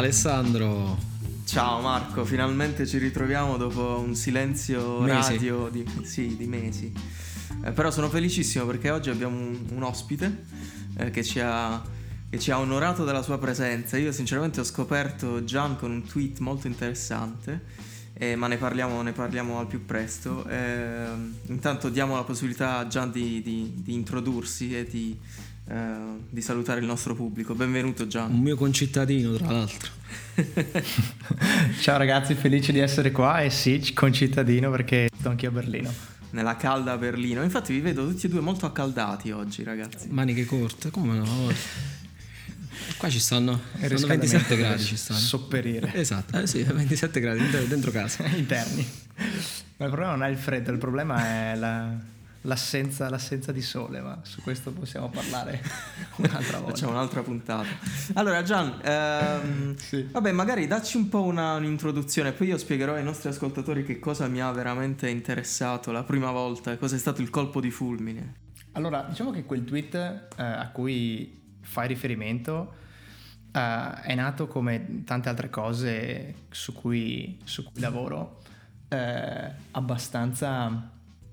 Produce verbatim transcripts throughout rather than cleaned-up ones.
Alessandro. Ciao Marco, finalmente ci ritroviamo dopo un silenzio mesi. radio di, sì, di mesi. Eh, però sono felicissimo perché oggi abbiamo un, un ospite eh, che, ci ha, che ci ha onorato della sua presenza. Io sinceramente ho scoperto Gian con un tweet molto interessante, eh, ma ne parliamo, ne parliamo al più presto. Eh, intanto diamo la possibilità a Gian di, di, di introdursi e di, eh, di salutare il nostro pubblico. Benvenuto Gian. Un mio concittadino, tra l'altro. Ciao ragazzi, felice di essere qua e sì, concittadino perché sto anch'io a Berlino. Nella calda Berlino. Infatti vi vedo tutti e due molto accaldati oggi, ragazzi. Maniche corte, come no? Qua ci stanno, stanno ventisette gradi, ci stanno. Sopperire. Esatto, eh sì, ventisette gradi dentro, dentro casa. Interni. Ma il problema non è il freddo, il problema è la, l'assenza, l'assenza di sole, ma su questo possiamo parlare un'altra volta. Facciamo un'altra puntata. Allora Gian, ehm, sì. vabbè, magari dacci un po' una, un'introduzione, poi io spiegherò ai nostri ascoltatori che cosa mi ha veramente interessato la prima volta, cosa è stato il colpo di fulmine. Allora, diciamo che quel tweet eh, a cui fai riferimento eh, è nato come tante altre cose su cui, su cui lavoro eh, abbastanza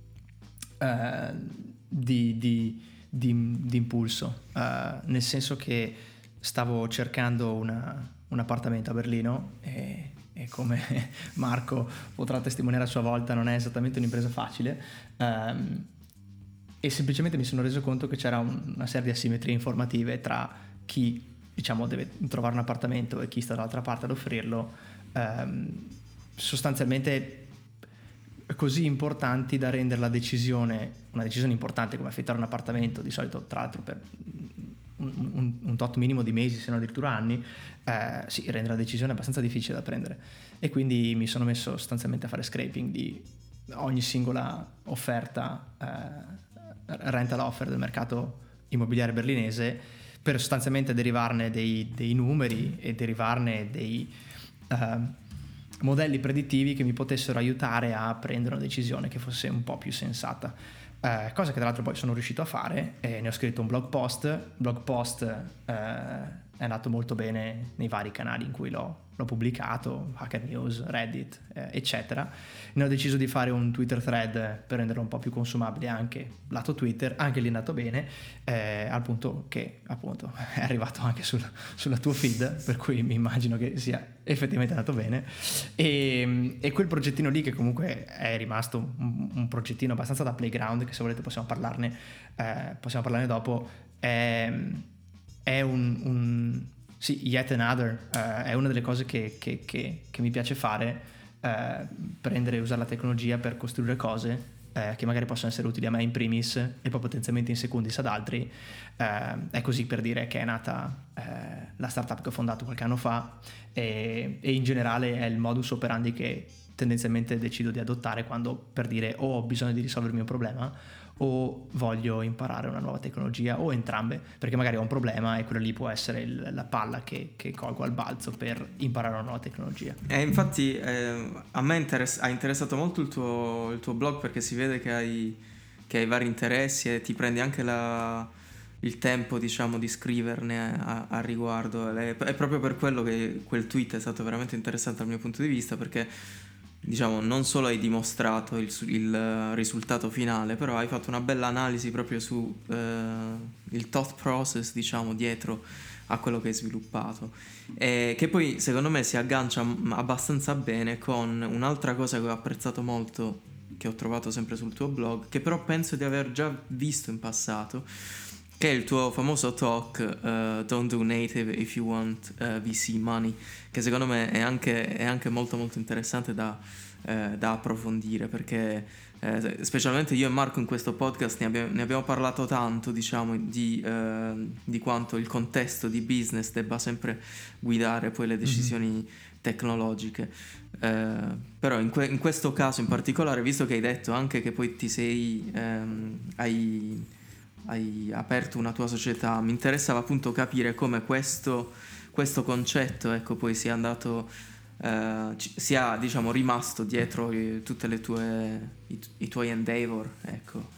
eh, di, di, di, di impulso, eh, nel senso che stavo cercando una, un appartamento a Berlino e, e come Marco potrà testimoniare a sua volta non è esattamente un'impresa facile, ehm, e semplicemente mi sono reso conto che c'era un, una serie di asimmetrie informative tra chi, diciamo, deve trovare un appartamento e chi sta dall'altra parte ad offrirlo, ehm, sostanzialmente così importanti da rendere la decisione, una decisione importante come affittare un appartamento, di solito tra l'altro per un, un, un tot minimo di mesi, se non addirittura anni, eh, sì, rende la decisione abbastanza difficile da prendere. E quindi mi sono messo sostanzialmente a fare scraping di ogni singola offerta, eh, rental offer del mercato immobiliare berlinese, per sostanzialmente derivarne dei, dei numeri e derivarne dei uh, modelli predittivi che mi potessero aiutare a prendere una decisione che fosse un po' più sensata, uh, cosa che tra l'altro poi sono riuscito a fare e ne ho scritto un blog post blog post uh, è andato molto bene nei vari canali in cui l'ho, l'ho pubblicato, Hacker News, Reddit, eh, eccetera. Ne ho deciso di fare un Twitter thread per renderlo un po' più consumabile anche lato Twitter, anche lì è andato bene, eh, al punto che appunto è arrivato anche sul, sulla tuo feed, per cui mi immagino che sia effettivamente andato bene. E, e quel progettino lì, che comunque è rimasto un, un progettino abbastanza da playground, che se volete possiamo parlarne, eh, possiamo parlarne dopo, è... è un, un sì, yet another, uh, è una delle cose che, che, che, che mi piace fare, uh, prendere e usare la tecnologia per costruire cose uh, che magari possono essere utili a me in primis e poi potenzialmente in secondis ad altri. Uh, è così per dire che è nata uh, la startup che ho fondato qualche anno fa e, e in generale è il modus operandi che tendenzialmente decido di adottare quando, per dire, o ho bisogno di risolvermi un problema o voglio imparare una nuova tecnologia, o entrambe, perché magari ho un problema e quello lì può essere il, la palla che, che colgo al balzo per imparare una nuova tecnologia. E infatti eh, a me interess- ha interessato molto il tuo, il tuo blog, perché si vede che hai, che hai vari interessi e ti prendi anche la, il tempo, diciamo, di scriverne a, a riguardo. È, è proprio per quello che quel tweet è stato veramente interessante dal mio punto di vista, perché diciamo non solo hai dimostrato il, il risultato finale, però hai fatto una bella analisi proprio su eh, il thought process, diciamo, dietro a quello che hai sviluppato, e che poi secondo me si aggancia abbastanza bene con un'altra cosa che ho apprezzato molto, che ho trovato sempre sul tuo blog, che però penso di aver già visto in passato, che è il tuo famoso talk uh, Don't do native if you want uh, V C money, che secondo me è anche, è anche molto molto interessante da, eh, da approfondire, perché eh, specialmente io e Marco in questo podcast ne abbiamo, ne abbiamo parlato tanto, diciamo, di, eh, di quanto il contesto di business debba sempre guidare poi le decisioni mm-hmm. tecnologiche. Eh, però in, que- in questo caso in particolare, visto che hai detto anche che poi ti sei ehm, hai hai aperto una tua società, mi interessava appunto capire come questo, questo concetto, ecco, poi sia andato eh, sia, diciamo, rimasto dietro tutte le tue i, i tuoi endeavor, ecco.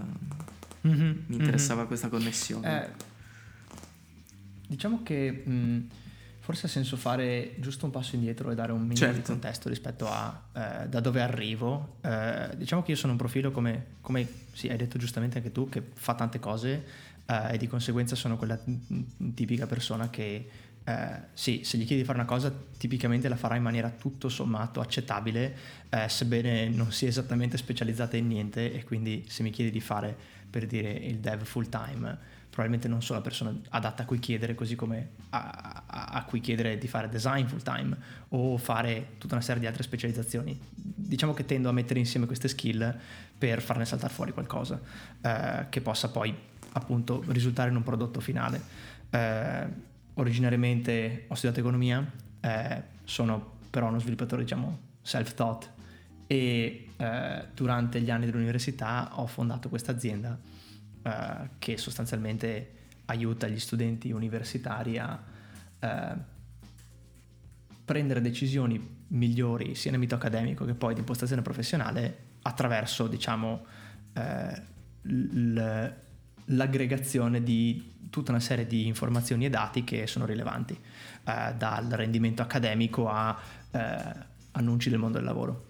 eh, mm-hmm, mi interessava mm-hmm. questa connessione. Eh, diciamo che mh, forse ha senso fare giusto un passo indietro e dare un minimo certo. di contesto rispetto a eh, da dove arrivo. Eh, diciamo che io sono un profilo come, come sì, hai detto giustamente anche tu, che fa tante cose eh, e di conseguenza sono quella tipica persona che eh, sì, se gli chiedi di fare una cosa tipicamente la farà in maniera tutto sommato accettabile, eh, sebbene non sia esattamente specializzata in niente, e quindi se mi chiedi di fare, per dire, il dev full time, probabilmente non sono la persona adatta a cui chiedere, così come a, a, a cui chiedere di fare design full time o fare tutta una serie di altre specializzazioni. Diciamo che tendo a mettere insieme queste skill per farne saltare fuori qualcosa eh, che possa poi appunto risultare in un prodotto finale. Eh, originariamente ho studiato economia, eh, sono però uno sviluppatore diciamo self-taught e eh, durante gli anni dell'università ho fondato questa azienda Uh, che sostanzialmente aiuta gli studenti universitari a uh, prendere decisioni migliori sia nell'ambito accademico che poi di impostazione professionale attraverso, diciamo, uh, l- l'aggregazione di tutta una serie di informazioni e dati che sono rilevanti, uh, dal rendimento accademico a uh, annunci del mondo del lavoro.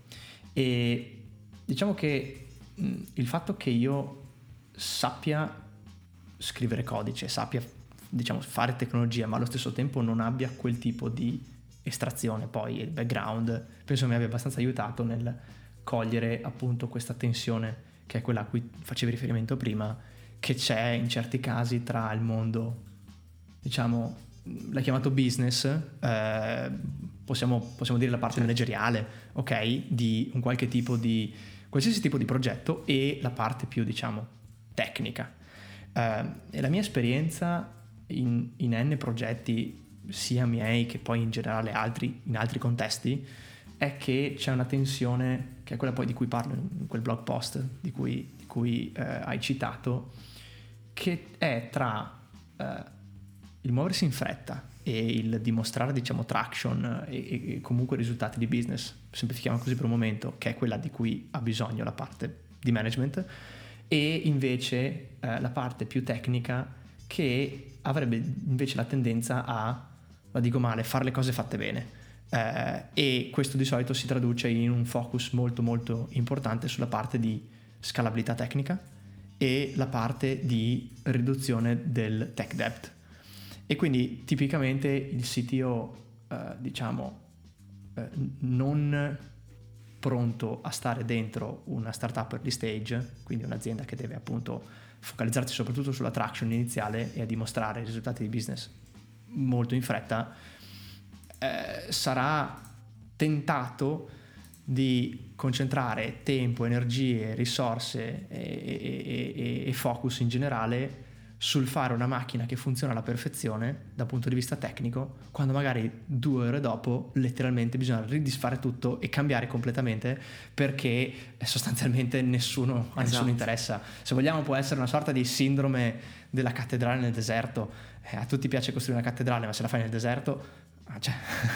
E diciamo che mh, il fatto che io sappia scrivere codice, sappia diciamo fare tecnologia, ma allo stesso tempo non abbia quel tipo di estrazione, poi il background, penso mi abbia abbastanza aiutato nel cogliere appunto questa tensione che è quella a cui facevi riferimento prima, che c'è in certi casi tra il mondo, diciamo, l'hai chiamato business, eh, possiamo, possiamo dire la parte certo. manageriale, ok, di un qualche tipo di qualsiasi tipo di progetto, e la parte più, diciamo, tecnica. Uh, e la mia esperienza in, in N progetti, sia miei che poi in generale altri, in altri contesti, è che c'è una tensione, che è quella poi di cui parlo in quel blog post di cui, di cui uh, hai citato, che è tra uh, il muoversi in fretta e il dimostrare, diciamo, traction e, e comunque risultati di business, semplifichiamo così per un momento, che è quella di cui ha bisogno la parte di management, e invece eh, la parte più tecnica, che avrebbe invece la tendenza a, la dico male, fare le cose fatte bene, eh, e questo di solito si traduce in un focus molto molto importante sulla parte di scalabilità tecnica e la parte di riduzione del tech debt. E quindi tipicamente il C T O eh, diciamo eh, non pronto a stare dentro una startup early stage, quindi un'azienda che deve appunto focalizzarsi soprattutto sulla traction iniziale e a dimostrare risultati di business molto in fretta, eh, sarà tentato di concentrare tempo, energie, risorse e, e, e, e focus in generale sul fare una macchina che funziona alla perfezione dal punto di vista tecnico, quando magari due ore dopo letteralmente bisogna ridisfare tutto e cambiare completamente, perché sostanzialmente nessuno, a esatto. nessuno interessa. Se vogliamo può essere una sorta di sindrome della cattedrale nel deserto, eh, a tutti piace costruire una cattedrale, ma se la fai nel deserto... Cioè,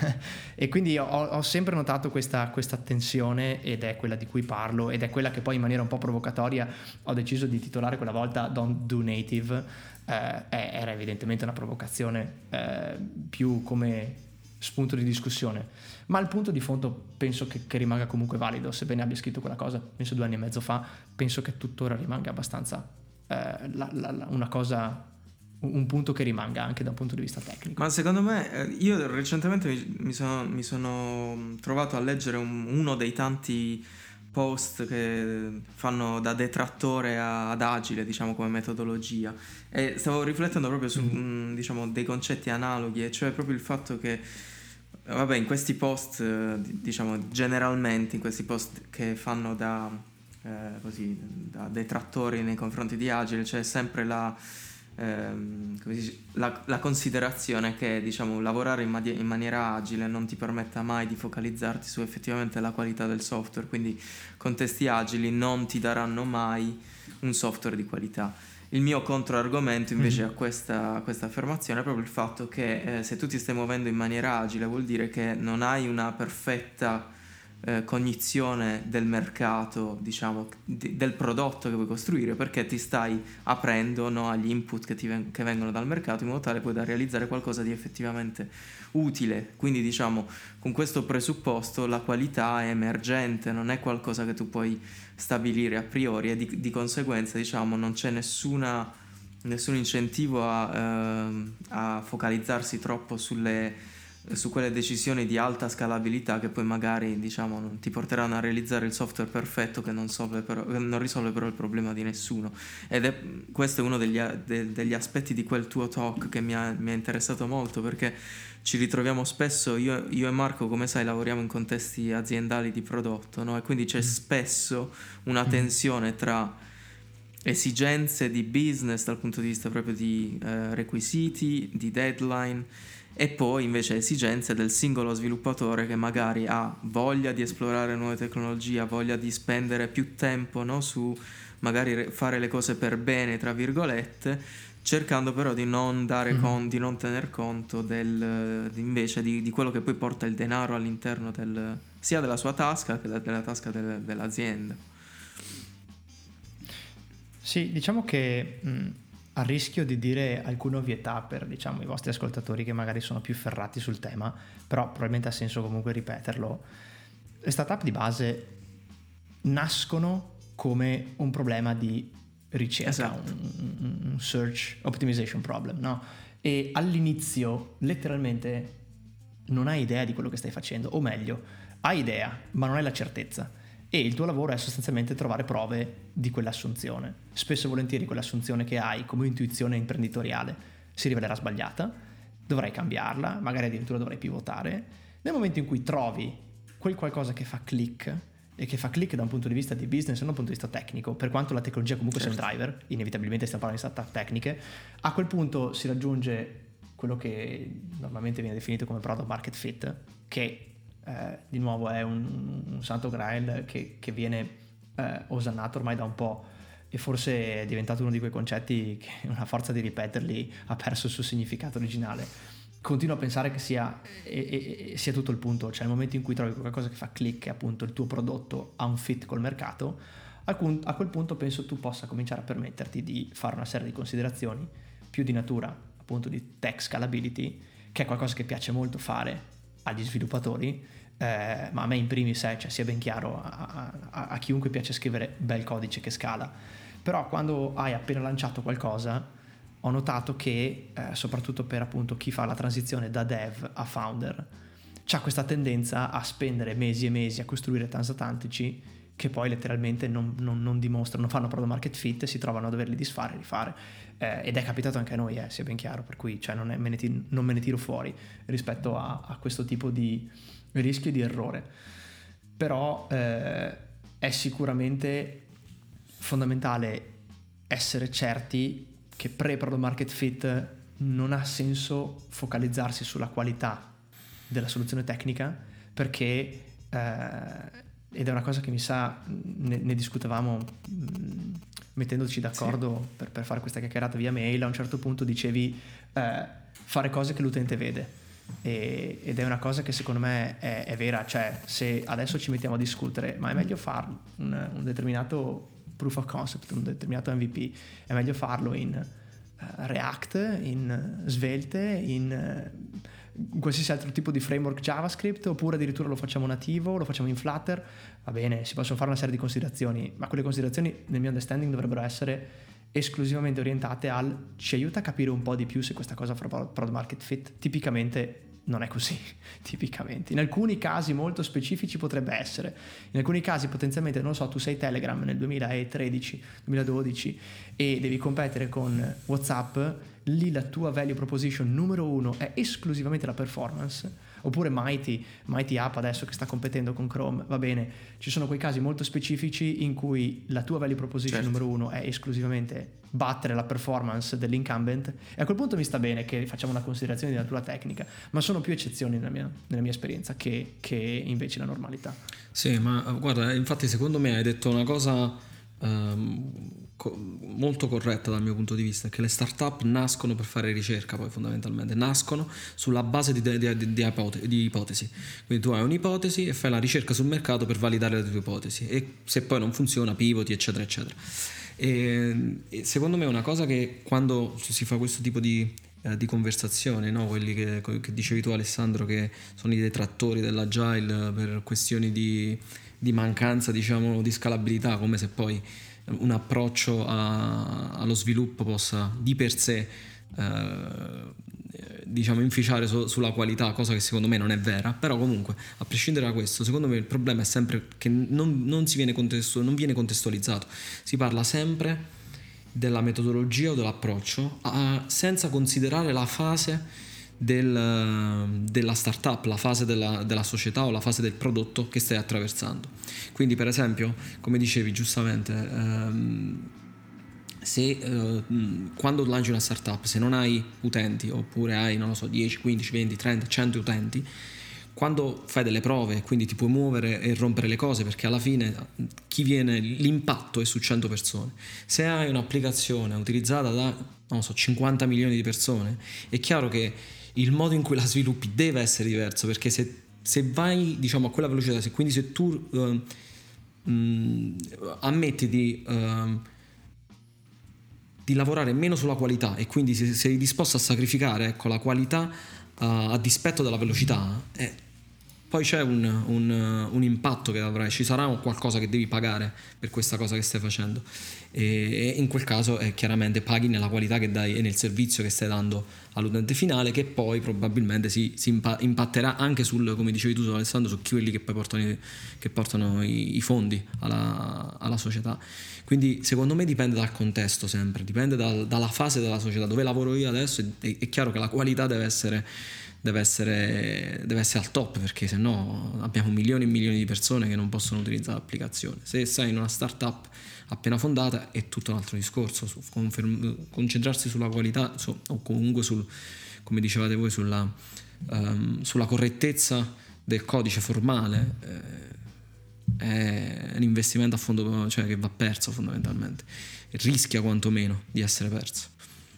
e quindi ho, ho sempre notato questa, questa tensione, ed è quella di cui parlo, ed è quella che poi in maniera un po' provocatoria ho deciso di titolare quella volta Don't Do Native. Eh, era evidentemente una provocazione eh, più come spunto di discussione, ma il punto di fondo penso che, che rimanga comunque valido, sebbene abbia scritto quella cosa penso due anni e mezzo fa, penso che tuttora rimanga abbastanza eh, la, la, la, una cosa, un punto che rimanga anche da un punto di vista tecnico. Ma secondo me, io recentemente mi, mi, sono, mi sono trovato a leggere un, uno dei tanti post che fanno da detrattore a, ad agile, diciamo, come metodologia, e stavo riflettendo proprio su mm. diciamo dei concetti analoghi, e cioè proprio il fatto che vabbè, in questi post, diciamo generalmente in questi post che fanno da eh, così da detrattori nei confronti di agile, c'è sempre la Ehm, come si dice, la, la considerazione che, diciamo, lavorare in, madi- in maniera agile non ti permetta mai di focalizzarti su effettivamente la qualità del software, quindi contesti agili non ti daranno mai un software di qualità. Il mio controargomento invece mm-hmm. a questa, a questa affermazione è proprio il fatto che eh, se tu ti stai muovendo in maniera agile vuol dire che non hai una perfetta eh, cognizione del mercato, diciamo, di, del prodotto che vuoi costruire, perché ti stai aprendo, no, agli input che, ti ven- che vengono dal mercato, in modo tale poi da realizzare qualcosa di effettivamente utile. Quindi diciamo, con questo presupposto la qualità è emergente, non è qualcosa che tu puoi stabilire a priori, e di, di conseguenza diciamo non c'è nessuna, nessun incentivo a, ehm, a focalizzarsi troppo sulle su quelle decisioni di alta scalabilità che poi magari diciamo non ti porteranno a realizzare il software perfetto che non, solve però, che non risolve però il problema di nessuno. Ed è questo è uno degli, de, degli aspetti di quel tuo talk che mi ha, mi ha interessato molto, perché ci ritroviamo spesso, io, io e Marco, come sai, lavoriamo in contesti aziendali di prodotto, no? E quindi c'è spesso una tensione tra esigenze di business dal punto di vista proprio di eh, requisiti, di deadline, e poi invece esigenze del singolo sviluppatore che magari ha voglia di esplorare nuove tecnologie, ha voglia di spendere più tempo, no, su magari fare le cose per bene, tra virgolette, cercando però di non dare mm-hmm. con, di non tener conto del, invece di, di quello che poi porta il denaro all'interno del, sia della sua tasca che della tasca del, dell'azienda. Sì, diciamo che mh, a rischio di dire alcune ovvietà per, diciamo, i vostri ascoltatori che magari sono più ferrati sul tema, però probabilmente ha senso comunque ripeterlo, le startup di base nascono come un problema di ricerca, esatto. un, un search optimization problem, no? E all'inizio letteralmente non hai idea di quello che stai facendo, o meglio, hai idea ma non hai la certezza, e il tuo lavoro è sostanzialmente trovare prove di quell'assunzione. Spesso e volentieri quell'assunzione che hai come intuizione imprenditoriale si rivelerà sbagliata, dovrai cambiarla, magari addirittura dovrai pivotare. Nel momento in cui trovi quel qualcosa che fa click, e che fa click da un punto di vista di business e non da un punto di vista tecnico, per quanto la tecnologia comunque certo. sia un driver, inevitabilmente stiamo parlando di startup tecniche, a quel punto si raggiunge quello che normalmente viene definito come product market fit, che eh, di nuovo è un, un santo graal che, che viene eh, osannato ormai da un po', e forse è diventato uno di quei concetti che una forza di ripeterli ha perso il suo significato originale. Continuo a pensare che sia, e, e, sia tutto il punto, cioè nel momento in cui trovi qualcosa che fa click e appunto il tuo prodotto ha un fit col mercato, a quel punto penso tu possa cominciare a permetterti di fare una serie di considerazioni più di natura appunto di tech scalability, che è qualcosa che piace molto fare agli sviluppatori, eh, ma a me in primis è, cioè sia ben chiaro, a, a, a chiunque piace scrivere bel codice che scala. Però quando hai appena lanciato qualcosa, ho notato che eh, soprattutto per appunto chi fa la transizione da dev a founder c'ha questa tendenza a spendere mesi e mesi a costruire transatlantici che poi letteralmente non, non, non dimostrano, non fanno product market fit e si trovano a doverli disfare e rifare, eh, ed è capitato anche a noi, eh, sia ben chiaro, per cui cioè, non, è, me ne tiro, non me ne tiro fuori rispetto a, a questo tipo di rischio di errore. Però eh, è sicuramente fondamentale essere certi che pre-product market fit non ha senso focalizzarsi sulla qualità della soluzione tecnica, perché eh, ed è una cosa che mi sa ne, ne discutevamo mh, mettendoci d'accordo sì. per, per fare questa chiacchierata via mail. A un certo punto dicevi eh, fare cose che l'utente vede, e, ed è una cosa che secondo me è, è vera. Cioè, se adesso ci mettiamo a discutere, ma è meglio fare un, un determinato proof of concept, un determinato M V P, è meglio farlo in uh, React, in Svelte, in uh, qualsiasi altro tipo di framework JavaScript, oppure addirittura lo facciamo nativo, lo facciamo in Flutter, va bene, si possono fare una serie di considerazioni, ma quelle considerazioni nel mio understanding dovrebbero essere esclusivamente orientate al ci aiuta a capire un po' di più se questa cosa fa product market fit. Tipicamente non è così, tipicamente. In alcuni casi molto specifici potrebbe essere, in alcuni casi potenzialmente, non lo so, tu sei Telegram nel duemilatredici duemiladodici e devi competere con WhatsApp, lì la tua value proposition numero uno è esclusivamente la performance. Oppure Mighty, Mighty App adesso che sta competendo con Chrome, va bene, ci sono quei casi molto specifici in cui la tua value proposition certo. numero uno è esclusivamente battere la performance dell'incumbent, e a quel punto mi sta bene che facciamo una considerazione di natura tecnica, ma sono più eccezioni nella mia, nella mia esperienza che, che invece la normalità. Sì, ma guarda, infatti secondo me hai detto una cosa um, co- molto corretta dal mio punto di vista, è che le startup nascono per fare ricerca, poi fondamentalmente nascono sulla base di, di, di, di, ipote- di ipotesi. Quindi tu hai un'ipotesi e fai la ricerca sul mercato per validare le tue ipotesi, e se poi non funziona pivoti, eccetera eccetera. E, e secondo me è una cosa che quando si fa questo tipo di, eh, di conversazione, no? Quelli che, che dicevi tu, Alessandro, che sono i detrattori dell'agile per questioni di, di mancanza, diciamo, di scalabilità, come se poi un approccio a, allo sviluppo possa di per sé eh, diciamo inficiare su, sulla qualità, cosa che secondo me non è vera. Però comunque, a prescindere da questo, secondo me il problema è sempre che non, non, si viene, contestu- non viene contestualizzato, si parla sempre della metodologia o dell'approccio a, senza considerare la fase del, della startup, la fase della, della società o la fase del prodotto che stai attraversando. Quindi per esempio, come dicevi giustamente, ehm, se eh, quando lanci una startup, se non hai utenti, oppure hai, non lo so, dieci, quindici, venti, trenta, cento utenti, quando fai delle prove, quindi ti puoi muovere e rompere le cose, perché alla fine chi viene, l'impatto è su cento persone. Se hai un'applicazione utilizzata da, non so, cinquanta milioni di persone, è chiaro che il modo in cui la sviluppi deve essere diverso, perché se, se vai, diciamo, a quella velocità, se quindi se tu uh, mh, ammetti di, uh, di lavorare meno sulla qualità, e quindi se sei disposto a sacrificare, ecco, la qualità uh, a dispetto della velocità, eh, poi c'è un, un, un impatto che avrai, ci sarà un qualcosa che devi pagare per questa cosa che stai facendo, e, e in quel caso eh, chiaramente paghi nella qualità che dai e nel servizio che stai dando all'utente finale, che poi probabilmente si, si impa- impatterà anche sul, come dicevi tu Alessandro, su quelli che poi portano i, che portano i, i fondi alla, alla società. Quindi secondo me dipende dal contesto, sempre dipende dal, dalla fase della società. Dove lavoro io adesso è, è chiaro che la qualità deve essere Deve essere, deve essere al top, perché se no abbiamo milioni e milioni di persone che non possono utilizzare l'applicazione. Se sei in una startup appena fondata è tutto un altro discorso, su conferm- concentrarsi sulla qualità, su, o comunque sul, come dicevate voi, sulla, um, sulla correttezza del codice formale, eh, è un investimento a fondo, cioè che va perso fondamentalmente, e rischia quantomeno di essere perso.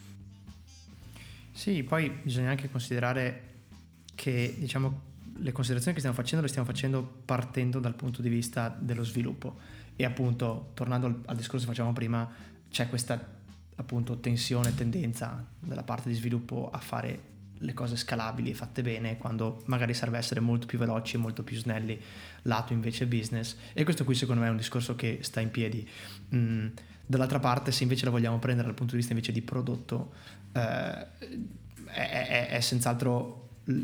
Sì, poi bisogna anche considerare che, diciamo, le considerazioni che stiamo facendo le stiamo facendo partendo dal punto di vista dello sviluppo, e appunto tornando al, al discorso che facevamo prima, c'è questa appunto tensione, tendenza dalla parte di sviluppo a fare le cose scalabili e fatte bene, quando magari serve essere molto più veloci e molto più snelli lato invece business, e questo qui secondo me è un discorso che sta in piedi. Mm, dall'altra parte, se invece la vogliamo prendere dal punto di vista invece di prodotto, eh, è, è, è senz'altro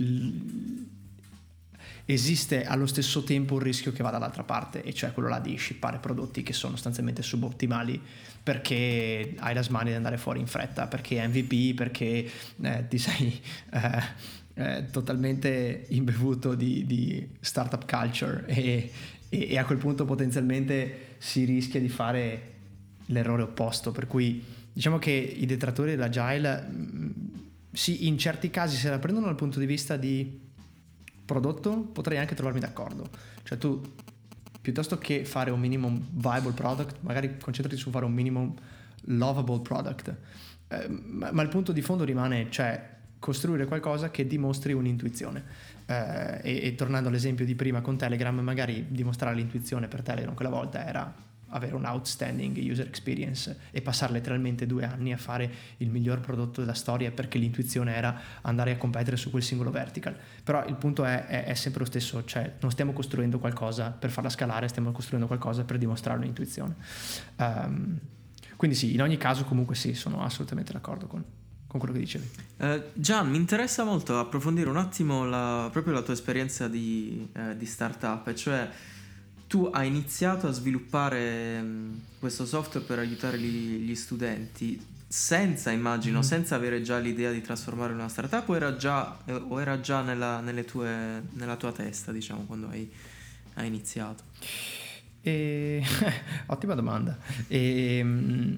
esiste allo stesso tempo un rischio che va dall'altra parte, e cioè quello là di shippare prodotti che sono sostanzialmente subottimali perché hai la smania di andare fuori in fretta, perché è M V P, perché eh, ti sei eh, eh, totalmente imbevuto di, di startup culture, e, e, e a quel punto potenzialmente si rischia di fare l'errore opposto, per cui diciamo che i detrattori dell'agile mh, sì, in certi casi se la prendono dal punto di vista di prodotto potrei anche trovarmi d'accordo, cioè tu piuttosto che fare un minimum viable product magari concentrati su fare un minimum lovable product, eh, ma, ma il punto di fondo rimane, cioè costruire qualcosa che dimostri un'intuizione, eh, e, e tornando all'esempio di prima con Telegram, magari dimostrare l'intuizione per Telegram quella volta era avere un outstanding user experience e passare letteralmente due anni a fare il miglior prodotto della storia, perché l'intuizione era andare a competere su quel singolo vertical. Però il punto è, è, è sempre lo stesso, cioè non stiamo costruendo qualcosa per farla scalare, stiamo costruendo qualcosa per dimostrare un'intuizione. Um, quindi sì, in ogni caso comunque sì, sono assolutamente d'accordo con, con quello che dicevi. Uh, Gian, mi interessa molto approfondire un attimo la, proprio la tua esperienza di, eh, di startup, e cioè tu hai iniziato a sviluppare mh, questo software per aiutare gli, gli studenti senza, immagino, mm. senza avere già l'idea di trasformare in una startup, o era già, eh, o era già nella, nelle tue, nella tua testa, diciamo, quando hai, hai iniziato? E... ottima domanda. E, mh,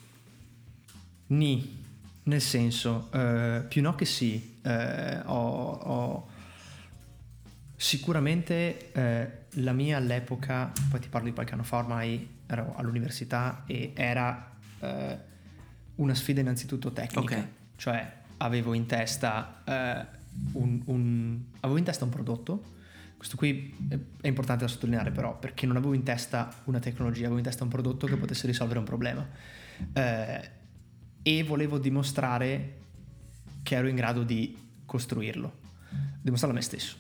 ni, nel senso, uh, più no che sì, uh, ho... ho sicuramente eh, la mia all'epoca, poi ti parlo di qualche anno fa, ormai ero all'università e era eh, una sfida innanzitutto tecnica, Ok. cioè avevo in testa eh, un, un avevo in testa un prodotto. Questo qui è, è importante da sottolineare, però, perché non avevo in testa una tecnologia, avevo in testa un prodotto che potesse risolvere un problema, eh, e volevo dimostrare che ero in grado di costruirlo, dimostrarlo a me stesso.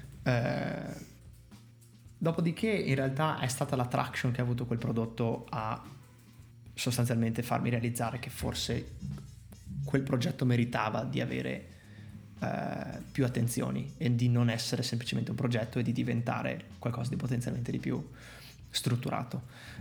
Eh, dopodiché in realtà è stata la traction che ha avuto quel prodotto a sostanzialmente farmi realizzare che forse quel progetto meritava di avere eh, più attenzioni e di non essere semplicemente un progetto e di diventare qualcosa di potenzialmente di più strutturato.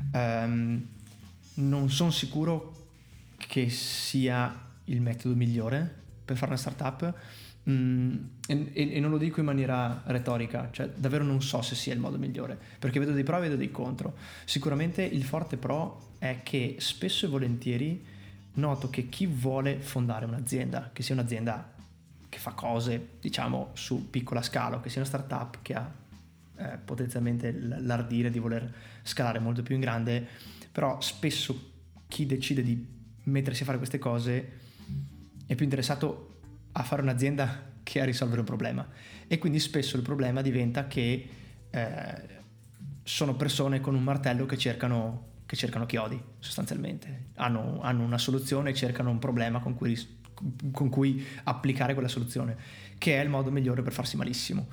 Um, non sono sicuro che sia il metodo migliore per fare una startup, mm, e, e non lo dico in maniera retorica, cioè davvero non so se sia il modo migliore, perché vedo dei pro e vedo dei contro. Sicuramente il forte pro è che spesso e volentieri noto che chi vuole fondare un'azienda, che sia un'azienda che fa cose diciamo su piccola scala, che sia una startup che ha eh, potenzialmente l'ardire di voler scalare molto più in grande, però spesso chi decide di mettersi a fare queste cose è più interessato a fare un'azienda che a risolvere un problema, e quindi spesso il problema diventa che eh, sono persone con un martello che cercano che cercano chiodi, sostanzialmente hanno, hanno una soluzione e cercano un problema con cui, con cui applicare quella soluzione, che è il modo migliore per farsi malissimo.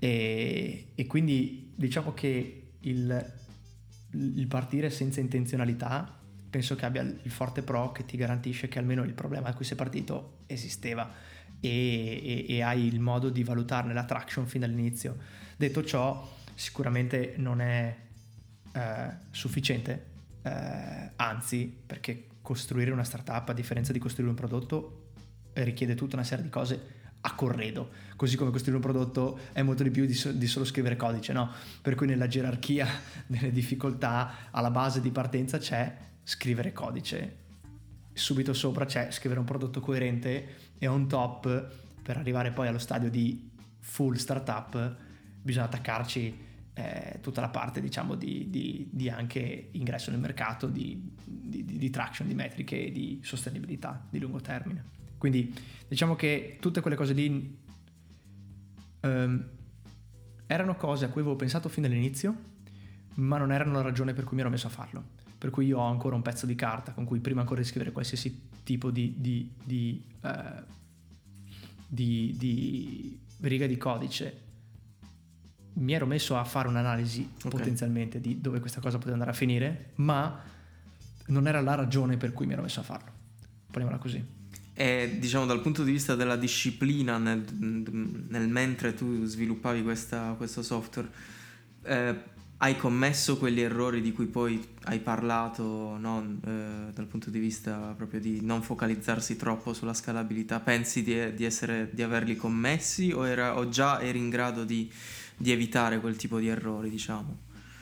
E, e quindi diciamo che il, il partire senza intenzionalità penso che abbia il forte pro che ti garantisce che almeno il problema a cui sei partito esisteva e, e, e hai il modo di valutarne la traction fin dall'inizio. Detto ciò, sicuramente non è eh, sufficiente, eh, anzi, perché costruire una startup, a differenza di costruire un prodotto, richiede tutta una serie di cose a corredo, così come costruire un prodotto è molto di più di, so, di solo scrivere codice, no? Per cui nella gerarchia delle difficoltà alla base di partenza c'è scrivere codice, subito sopra c'è scrivere un prodotto coerente, e on top, per arrivare poi allo stadio di full startup, bisogna attaccarci eh, tutta la parte diciamo di, di, di anche ingresso nel mercato, di, di, di traction, di metriche e di sostenibilità di lungo termine. Quindi diciamo che tutte quelle cose lì um, erano cose a cui avevo pensato fin dall'inizio, ma non erano la ragione per cui mi ero messo a farlo. Per cui io ho ancora un pezzo di carta con cui, prima ancora di scrivere qualsiasi tipo di, di, di, uh, di, di riga di codice, mi ero messo a fare un'analisi okay. potenzialmente di dove questa cosa poteva andare a finire, ma non era la ragione per cui mi ero messo a farlo. Poniamola così. E diciamo dal punto di vista della disciplina nel, nel mentre tu sviluppavi questa, questo software, eh, hai commesso quegli errori di cui poi hai parlato, no? eh, dal punto di vista proprio di non focalizzarsi troppo sulla scalabilità? Pensi di, di, essere, di averli commessi o, era, o già eri in grado di, di evitare quel tipo di errori, diciamo?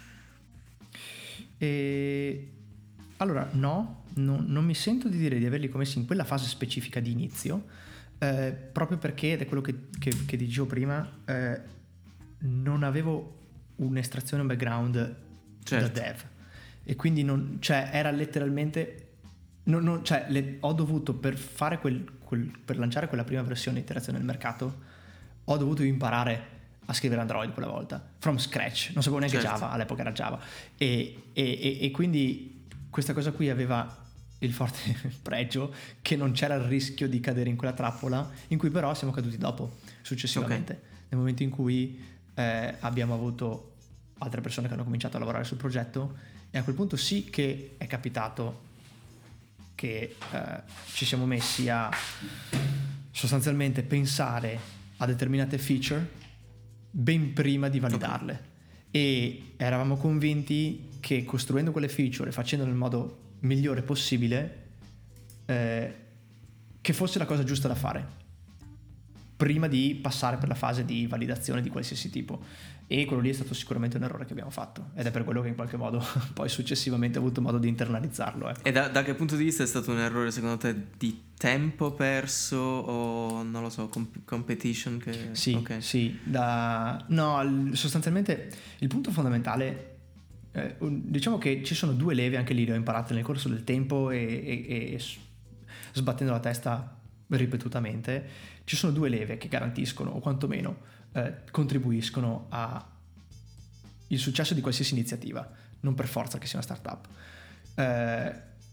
E... Allora, no, no, non mi sento di dire di averli commessi in quella fase specifica di inizio, eh, proprio perché, ed è quello che, che, che dicevo prima, eh, non avevo un'estrazione, un background certo. da dev, e quindi non, cioè era letteralmente non, non, cioè le, ho dovuto per fare quel, quel per lanciare quella prima versione di iterazione nel mercato, ho dovuto imparare a scrivere Android quella volta from scratch, non sapevo neanche certo. Java, all'epoca era Java, e, e, e quindi questa cosa qui aveva il forte pregio che non c'era il rischio di cadere in quella trappola, in cui però siamo caduti dopo, successivamente, okay. nel momento in cui eh, abbiamo avuto altre persone che hanno cominciato a lavorare sul progetto, e a quel punto sì che è capitato che eh, ci siamo messi a sostanzialmente pensare a determinate feature ben prima di validarle, okay. e eravamo convinti che costruendo quelle feature e facendole nel modo migliore possibile eh, che fosse la cosa giusta da fare prima di passare per la fase di validazione di qualsiasi tipo, e quello lì è stato sicuramente un errore che abbiamo fatto, ed è per quello che in qualche modo poi successivamente ho avuto modo di internalizzarlo, ecco. E da, da che punto di vista è stato un errore secondo te? Di tempo perso o non lo so, comp- competition che... Sì, okay. sì, da... no, sostanzialmente il punto fondamentale eh, un, diciamo che ci sono due leve, anche lì le ho imparate nel corso del tempo e, e, e sbattendo la testa ripetutamente. Ci sono due leve che garantiscono o quantomeno eh, contribuiscono a il successo di qualsiasi iniziativa, non per forza che sia una startup. Eh,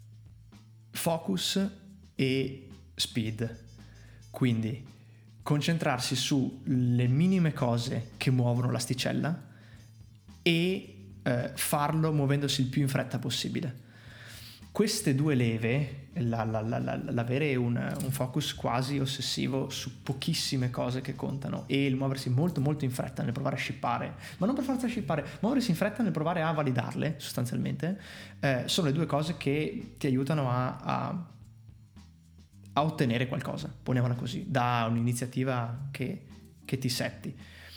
focus e speed. Quindi concentrarsi sulle minime cose che muovono l'asticella e eh, farlo muovendosi il più in fretta possibile. Queste due leve, la, la, la, la, l'avere un, un focus quasi ossessivo su pochissime cose che contano e il muoversi molto molto in fretta nel provare a shippare, ma non per forza shippare, muoversi in fretta nel provare a validarle sostanzialmente, eh, sono le due cose che ti aiutano a, a, a ottenere qualcosa, poniamola così, da un'iniziativa che, che ti setti.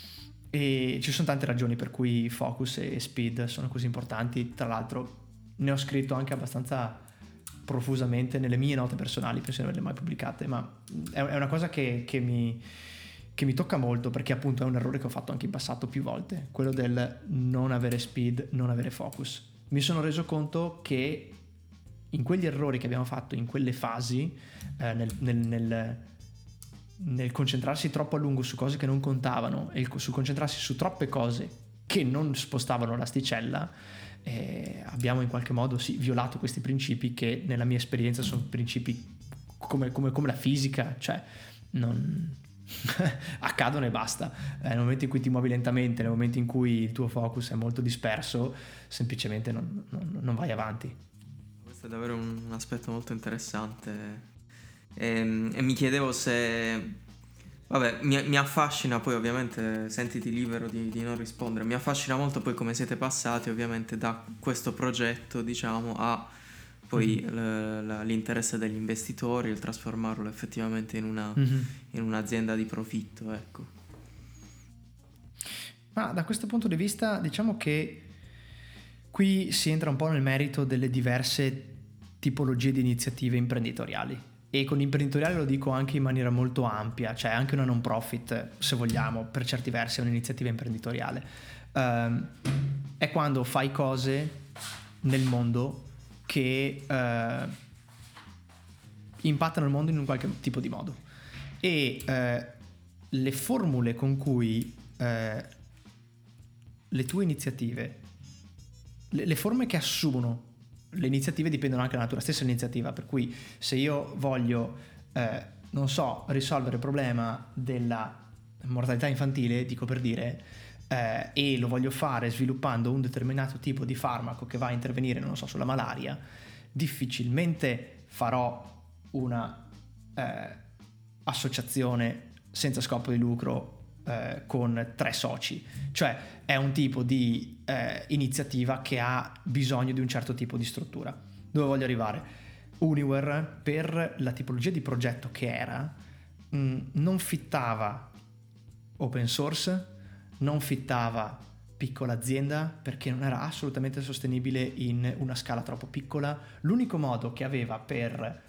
E ci sono tante ragioni per cui focus e speed sono così importanti. Tra l'altro ne ho scritto anche abbastanza profusamente nelle mie note personali, penso di non averle mai pubblicate, ma è una cosa che, che, mi, che mi tocca molto, perché appunto è un errore che ho fatto anche in passato più volte, quello del non avere speed, non avere focus. Mi sono reso conto che in quegli errori che abbiamo fatto, in quelle fasi, eh, nel, nel, nel, nel concentrarsi troppo a lungo su cose che non contavano e su concentrarsi su troppe cose che non spostavano l'asticella, Eh, abbiamo in qualche modo sì, violato questi principi che nella mia esperienza sono principi come, come, come la fisica, cioè non accadono e basta. Eh, nel momento in cui ti muovi lentamente, nel momento in cui il tuo focus è molto disperso, semplicemente non, non, non vai avanti. Questo è davvero un, un aspetto molto interessante e, e mi chiedevo se vabbè, mi, mi affascina poi, ovviamente sentiti libero di, di non rispondere, mi affascina molto poi come siete passati ovviamente da questo progetto, diciamo, a poi mm-hmm. l, l, l'interesse degli investitori, il trasformarlo effettivamente in una mm-hmm. in un'azienda di profitto, ecco. Ma da questo punto di vista diciamo che qui si entra un po' nel merito delle diverse tipologie di iniziative imprenditoriali. E con imprenditoriale lo dico anche in maniera molto ampia, cioè anche una non profit, se vogliamo, per certi versi è un'iniziativa imprenditoriale. Um, è quando fai cose nel mondo che uh, impattano il mondo in un qualche tipo di modo. E uh, le formule con cui uh, le tue iniziative, le, le forme che assumono le iniziative dipendono anche dalla natura stessa dell'iniziativa, per cui se io voglio eh, non so risolvere il problema della mortalità infantile, dico per dire, eh, e lo voglio fare sviluppando un determinato tipo di farmaco che va a intervenire, non so, sulla malaria, difficilmente farò una eh, associazione senza scopo di lucro eh, con tre soci, cioè è un tipo di eh, iniziativa che ha bisogno di un certo tipo di struttura. Dove voglio arrivare? Uniware, per la tipologia di progetto che era, mh, non fittava open source, non fittava piccola azienda, perché non era assolutamente sostenibile in una scala troppo piccola. L'unico modo che aveva per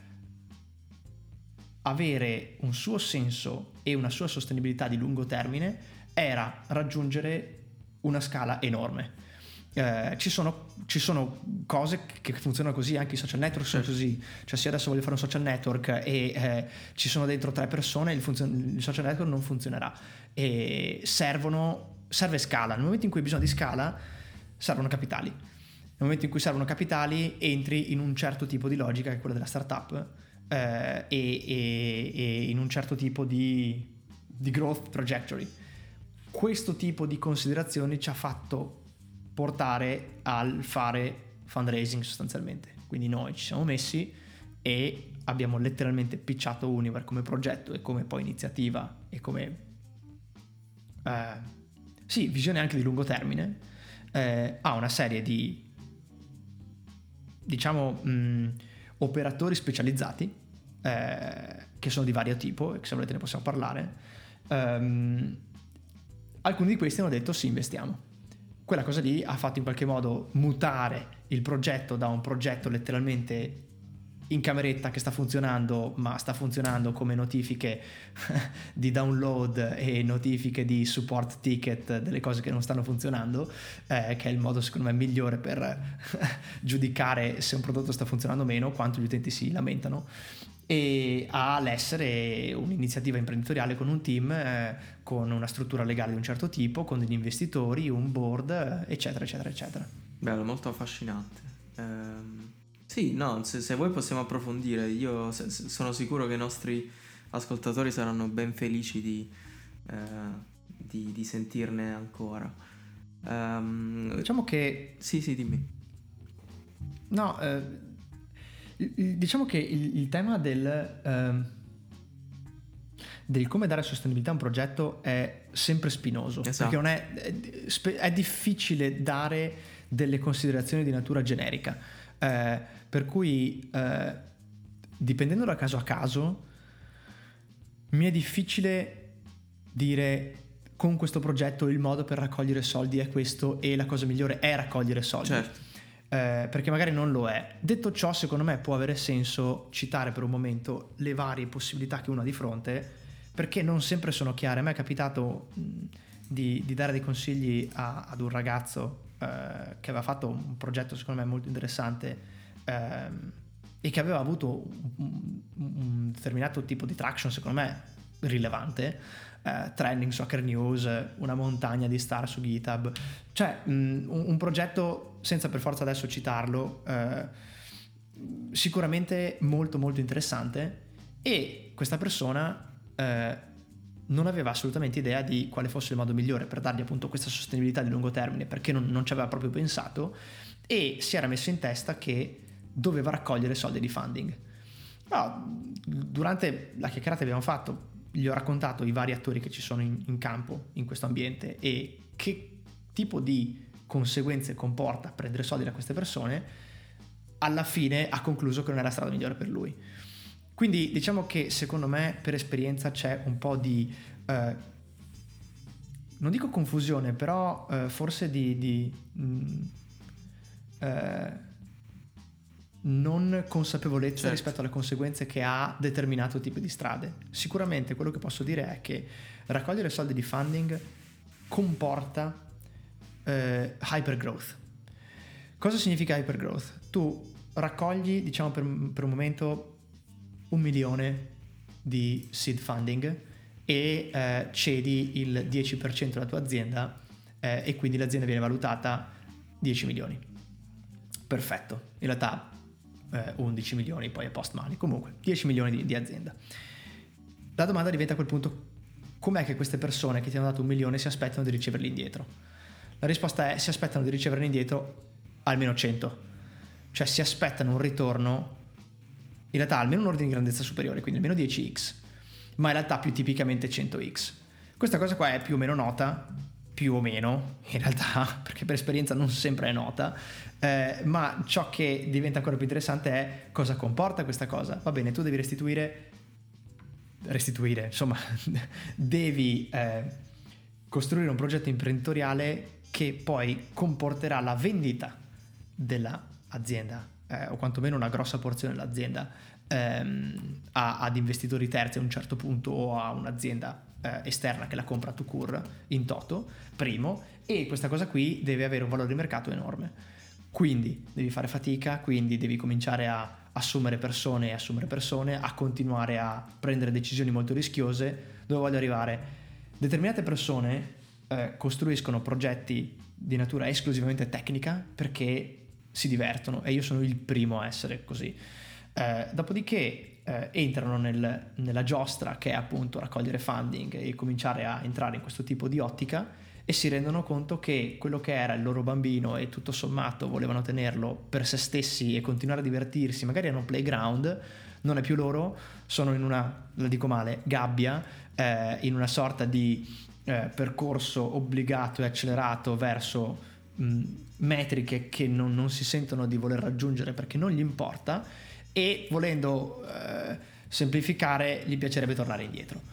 avere un suo senso e una sua sostenibilità di lungo termine era raggiungere una scala enorme. Eh, ci sono, ci sono cose che funzionano così, anche i social network sono così, cioè se io adesso voglio fare un social network e eh, ci sono dentro tre persone, il, funzion- il social network non funzionerà e servono, serve scala. Nel momento in cui hai bisogno di scala servono capitali, nel momento in cui servono capitali entri in un certo tipo di logica che è quella della startup eh, e, e, e in un certo tipo di, di growth trajectory. Questo tipo di considerazioni ci ha fatto portare al fare fundraising sostanzialmente. Quindi noi ci siamo messi e abbiamo letteralmente pitchato Uniware come progetto e come poi iniziativa e come eh, sì, visione anche di lungo termine eh, a una serie di diciamo mh, operatori specializzati eh, che sono di vario tipo e che se volete ne possiamo parlare. Um, alcuni di questi hanno detto sì, investiamo. Quella cosa lì ha fatto in qualche modo mutare il progetto da un progetto letteralmente in cameretta che sta funzionando, ma sta funzionando come notifiche di download e notifiche di support ticket delle cose che non stanno funzionando, eh, che è il modo secondo me migliore per giudicare se un prodotto sta funzionando o meno, quanto gli utenti si lamentano, e all'essere un'iniziativa imprenditoriale con un team, eh, con una struttura legale di un certo tipo, con degli investitori, un board, eccetera eccetera eccetera. Bello, molto affascinante. Ehm, sì, no, se, se vuoi possiamo approfondire. Io se, se- sono sicuro che i nostri ascoltatori saranno ben felici di, eh, di, di sentirne ancora. Ehm, Diciamo che sì, sì, dimmi. no, eh, il- il- diciamo che il, il tema del ehm, del come dare sostenibilità a un progetto è sempre spinoso, Esatto. perché non è, è, spe- è difficile dare delle considerazioni di natura generica, eh, per cui eh, dipendendo da caso a caso mi è difficile dire con questo progetto il modo per raccogliere soldi è questo e la cosa migliore è raccogliere soldi. Certo. Eh, perché magari non lo è. Detto ciò, secondo me può avere senso citare per un momento le varie possibilità che uno ha di fronte, perché non sempre sono chiare. A me è capitato mh, di, di dare dei consigli a- ad un ragazzo eh, che aveva fatto un progetto secondo me molto interessante, ehm, e che aveva avuto un, un determinato tipo di traction secondo me rilevante, eh, trending su Hacker News, una montagna di star su GitHub, cioè mh, un, un progetto senza per forza adesso citarlo, eh, sicuramente molto molto interessante, e questa persona eh, non aveva assolutamente idea di quale fosse il modo migliore per dargli appunto questa sostenibilità di lungo termine, perché non, non ci aveva proprio pensato, e si era messo in testa che doveva raccogliere soldi di funding. No, durante la chiacchierata che abbiamo fatto gli ho raccontato i vari attori che ci sono in, in campo in questo ambiente e che tipo di conseguenze comporta prendere soldi da queste persone. Alla fine ha concluso che non è la strada migliore per lui. Quindi diciamo che secondo me per esperienza c'è un po' di eh, non dico confusione, però eh, forse di, di mh, eh, non consapevolezza Certo. rispetto alle conseguenze che ha determinato tipo di strade. Sicuramente quello che posso dire è che raccogliere soldi di funding comporta eh, hypergrowth. Cosa significa hypergrowth? Tu raccogli, diciamo per, per un momento, un milione di seed funding e eh, cedi il dieci per cento della tua azienda, eh, e quindi l'azienda viene valutata dieci milioni. Perfetto, in realtà eh, undici milioni poi è post money, comunque dieci milioni di, di azienda. La domanda diventa a quel punto: com'è che queste persone che ti hanno dato un milione si aspettano di riceverli indietro? La risposta è: si aspettano di riceverli indietro almeno cento, cioè si aspettano un ritorno in realtà almeno un ordine di grandezza superiore, quindi almeno dieci x, ma in realtà più tipicamente cento x. Questa cosa qua è più o meno nota, più o meno in realtà, perché per esperienza non sempre è nota, eh, ma ciò che diventa ancora più interessante è cosa comporta questa cosa. Va bene, tu devi restituire restituire insomma devi eh, costruire un progetto imprenditoriale che poi comporterà la vendita dell'azienda, eh, o quantomeno una grossa porzione dell'azienda, ehm, a, ad investitori terzi a un certo punto, o a un'azienda eh, esterna che la compra to cure in toto, primo, e questa cosa qui deve avere un valore di mercato enorme. Quindi devi fare fatica, quindi devi cominciare a assumere persone e assumere persone, a continuare a prendere decisioni molto rischiose. Dove voglio arrivare? Determinate persone eh, costruiscono progetti di natura esclusivamente tecnica perché si divertono, e io sono il primo a essere così. Eh, dopodiché eh, entrano nel, nella giostra che è appunto raccogliere funding e cominciare a entrare in questo tipo di ottica, e si rendono conto che quello che era il loro bambino e tutto sommato volevano tenerlo per se stessi e continuare a divertirsi, magari hanno un playground, non è più loro, sono in una, la dico male, gabbia, eh, in una sorta di eh, percorso obbligato e accelerato verso mh, metriche che non, non si sentono di voler raggiungere perché non gli importa, e volendo eh, semplificare gli piacerebbe tornare indietro.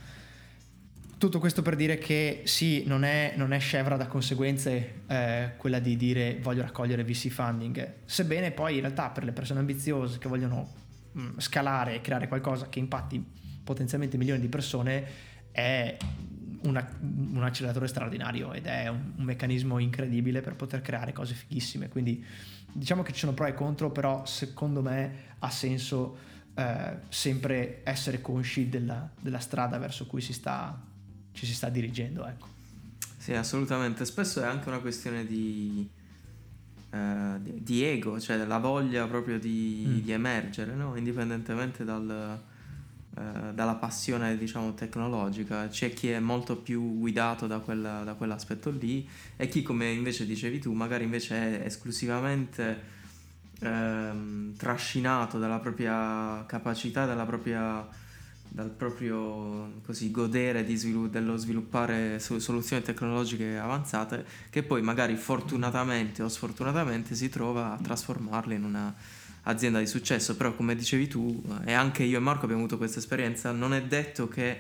Tutto questo per dire che sì, non è, non è scevra da conseguenze eh, quella di dire voglio raccogliere V C funding, sebbene poi in realtà per le persone ambiziose che vogliono mh, scalare e creare qualcosa che impatti potenzialmente milioni di persone è una, un acceleratore straordinario ed è un, un meccanismo incredibile per poter creare cose fighissime. Quindi diciamo che ci sono pro e contro, però secondo me ha senso eh, sempre essere consci della, della strada verso cui si sta, ci si sta dirigendo, ecco. Sì, assolutamente. Spesso è anche una questione di, eh, di, di ego, cioè della voglia proprio di, mm. di emergere, no? Indipendentemente dal, eh, dalla passione, diciamo, tecnologica. C'è chi è molto più guidato da, quella, da quell'aspetto lì, e chi, come invece dicevi tu, magari invece è esclusivamente ehm, trascinato dalla propria capacità, dalla propria... dal proprio così godere di svilu- dello sviluppare so- soluzioni tecnologiche avanzate, che poi magari fortunatamente o sfortunatamente si trova a trasformarle in una azienda di successo. Però come dicevi tu, e anche io e Marco abbiamo avuto questa esperienza, non è detto che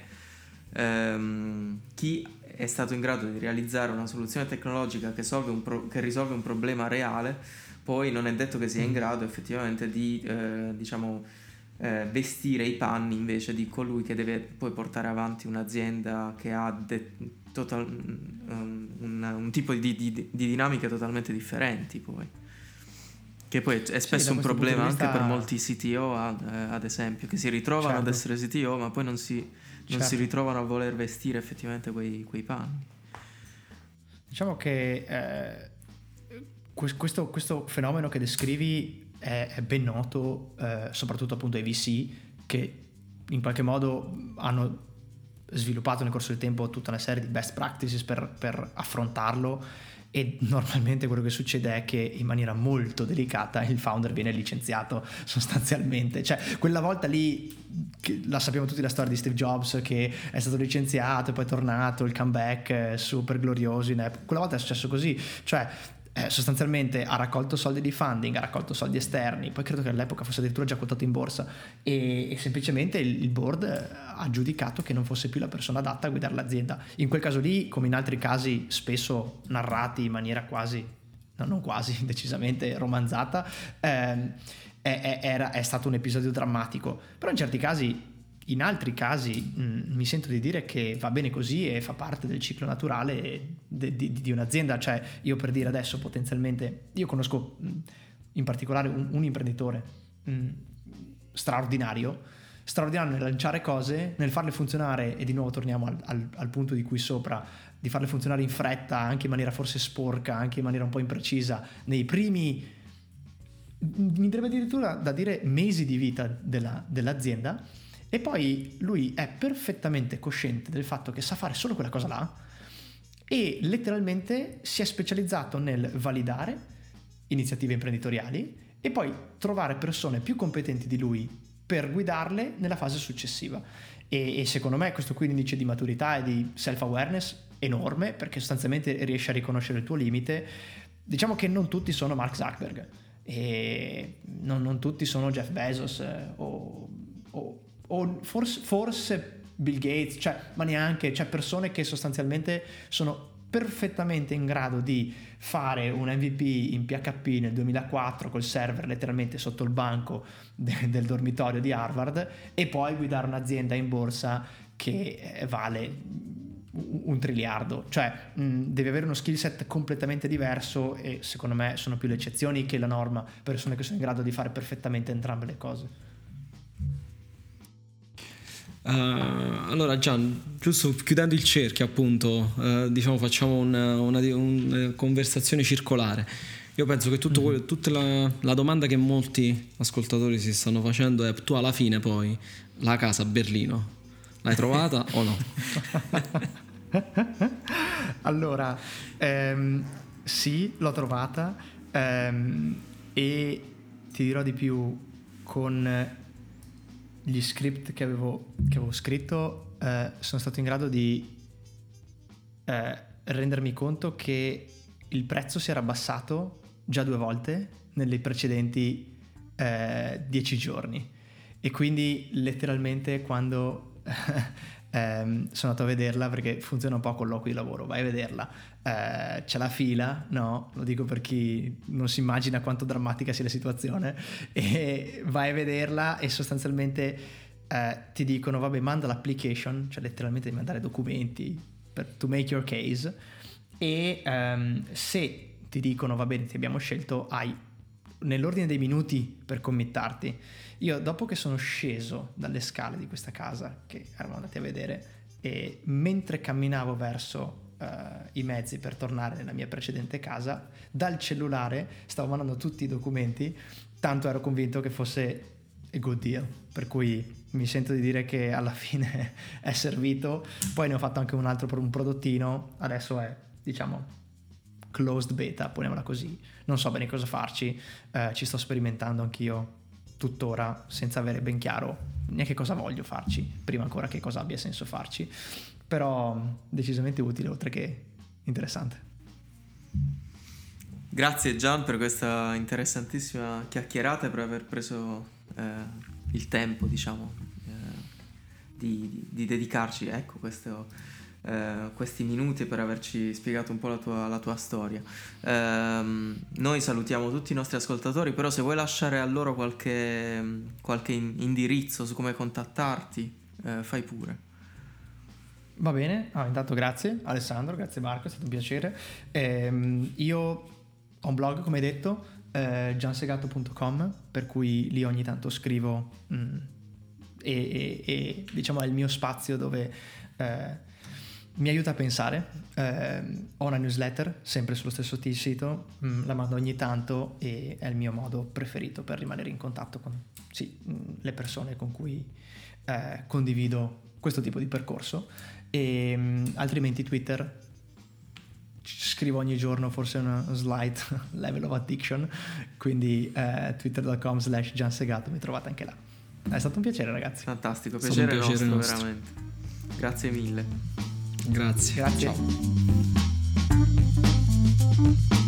ehm, chi è stato in grado di realizzare una soluzione tecnologica che, solve un pro- che risolve un problema reale, poi non è detto che sia in grado effettivamente di eh, diciamo Eh, vestire i panni invece di colui che deve poi portare avanti un'azienda che ha de- total- um, un, un tipo di, di, di dinamiche totalmente differenti, poi che poi è spesso sì, un problema vista... anche per molti C T O ad, eh, ad esempio, che si ritrovano certo. ad essere C T O ma poi non si, non certo. si ritrovano a voler vestire effettivamente quei, quei panni. Diciamo che eh, questo, questo fenomeno che descrivi è ben noto, eh, soprattutto appunto ai V C, che in qualche modo hanno sviluppato nel corso del tempo tutta una serie di best practices per, per affrontarlo, e normalmente quello che succede è che in maniera molto delicata il founder viene licenziato sostanzialmente. Cioè quella volta lì, che la sappiamo tutti la storia di Steve Jobs che è stato licenziato e poi è tornato, il comeback super glorioso in Apple, quella volta è successo così, cioè Eh, sostanzialmente ha raccolto soldi di funding, ha raccolto soldi esterni, poi credo che all'epoca fosse addirittura già quotato in borsa, e, e semplicemente il, il board ha giudicato che non fosse più la persona adatta a guidare l'azienda. In quel caso lì, come in altri casi spesso narrati in maniera quasi, no, non quasi, decisamente romanzata, ehm, è, è, era, è stato un episodio drammatico. Però in certi casi, in altri casi mh, mi sento di dire che va bene così e fa parte del ciclo naturale di, di, di un'azienda. Cioè io, per dire adesso, potenzialmente io conosco mh, in particolare un, un imprenditore mh, straordinario straordinario nel lanciare cose, nel farle funzionare, e di nuovo torniamo al, al, al punto di cui sopra, di farle funzionare in fretta, anche in maniera forse sporca, anche in maniera un po' imprecisa, nei primi, mi direbbe addirittura da dire, mesi di vita della, dell'azienda. E poi lui è perfettamente cosciente del fatto che sa fare solo quella cosa là, e letteralmente si è specializzato nel validare iniziative imprenditoriali e poi trovare persone più competenti di lui per guidarle nella fase successiva. E, e secondo me questo qui è un indice di maturità e di self-awareness enorme, perché sostanzialmente riesci a riconoscere il tuo limite. Diciamo che non tutti sono Mark Zuckerberg, e non, non tutti sono Jeff Bezos eh, o, o o forse, forse Bill Gates, cioè, ma neanche, cioè persone che sostanzialmente sono perfettamente in grado di fare un M V P in P H P nel duemilaquattro col server letteralmente sotto il banco de- del dormitorio di Harvard, e poi guidare un'azienda in borsa che vale un triliardo. Cioè mh, devi avere uno skill set completamente diverso, e secondo me sono più le eccezioni che la norma, persone che sono in grado di fare perfettamente entrambe le cose. Uh, allora Gian, giusto chiudendo il cerchio appunto, uh, diciamo facciamo una, una, una conversazione circolare. Io penso che tutto quello, tutta la, la domanda che molti ascoltatori si stanno facendo è: tu alla fine poi la casa a Berlino l'hai trovata o no? Allora ehm, sì, l'ho trovata, ehm, e ti dirò di più, con gli script che avevo, che avevo scritto eh, sono stato in grado di eh, rendermi conto che il prezzo si era abbassato già due volte nelle precedenti eh, dieci giorni, e quindi letteralmente quando ehm, sono andato a vederla perché funziona un po' con colloqui di lavoro, vai a vederla, eh, c'è la fila, no? Lo dico per chi non si immagina quanto drammatica sia la situazione, e vai a vederla e sostanzialmente eh, ti dicono vabbè, manda l'application, cioè letteralmente devi mandare documenti per, to make your case, e ehm, se ti dicono va bene, ti abbiamo scelto, hai nell'ordine dei minuti per committarti. Io dopo che sono sceso dalle scale di questa casa che eravamo andati a vedere, e mentre camminavo verso uh, i mezzi per tornare nella mia precedente casa, dal cellulare stavo mandando tutti i documenti, tanto ero convinto che fosse a good deal, per cui mi sento di dire che alla fine è servito. Poi ne ho fatto anche un altro un prodottino, adesso è, diciamo, closed beta, poniamola così, non so bene cosa farci, eh, ci sto sperimentando anch'io tuttora senza avere ben chiaro neanche cosa voglio farci, prima ancora che cosa abbia senso farci, però decisamente utile oltre che interessante. Grazie Gian per questa interessantissima chiacchierata e per aver preso eh, il tempo, diciamo, eh, di, di, di dedicarci, ecco, questo Uh, questi minuti, per averci spiegato un po' la tua, la tua storia. Uh, noi salutiamo tutti i nostri ascoltatori, però se vuoi lasciare a loro qualche, qualche indirizzo su come contattarti, uh, fai pure. Va bene, ah, intanto grazie Alessandro, grazie Marco, è stato un piacere. Ehm, io ho un blog, come hai detto, eh, giansegato punto com, per cui lì ogni tanto scrivo mh, e, e, e diciamo è il mio spazio dove eh, mi aiuta a pensare. Eh, ho una newsletter sempre sullo stesso t- sito, mh, la mando ogni tanto e è il mio modo preferito per rimanere in contatto con sì, mh, le persone con cui eh, condivido questo tipo di percorso. E mh, altrimenti Twitter, scrivo ogni giorno forse una slide level of addiction, quindi eh, twitter punto com slash giansegato, mi trovate anche là. È stato un piacere, ragazzi. Fantastico, piacere, un piacere nostro, nostro. veramente. Grazie mille. Grazie. Grazie. Ciao.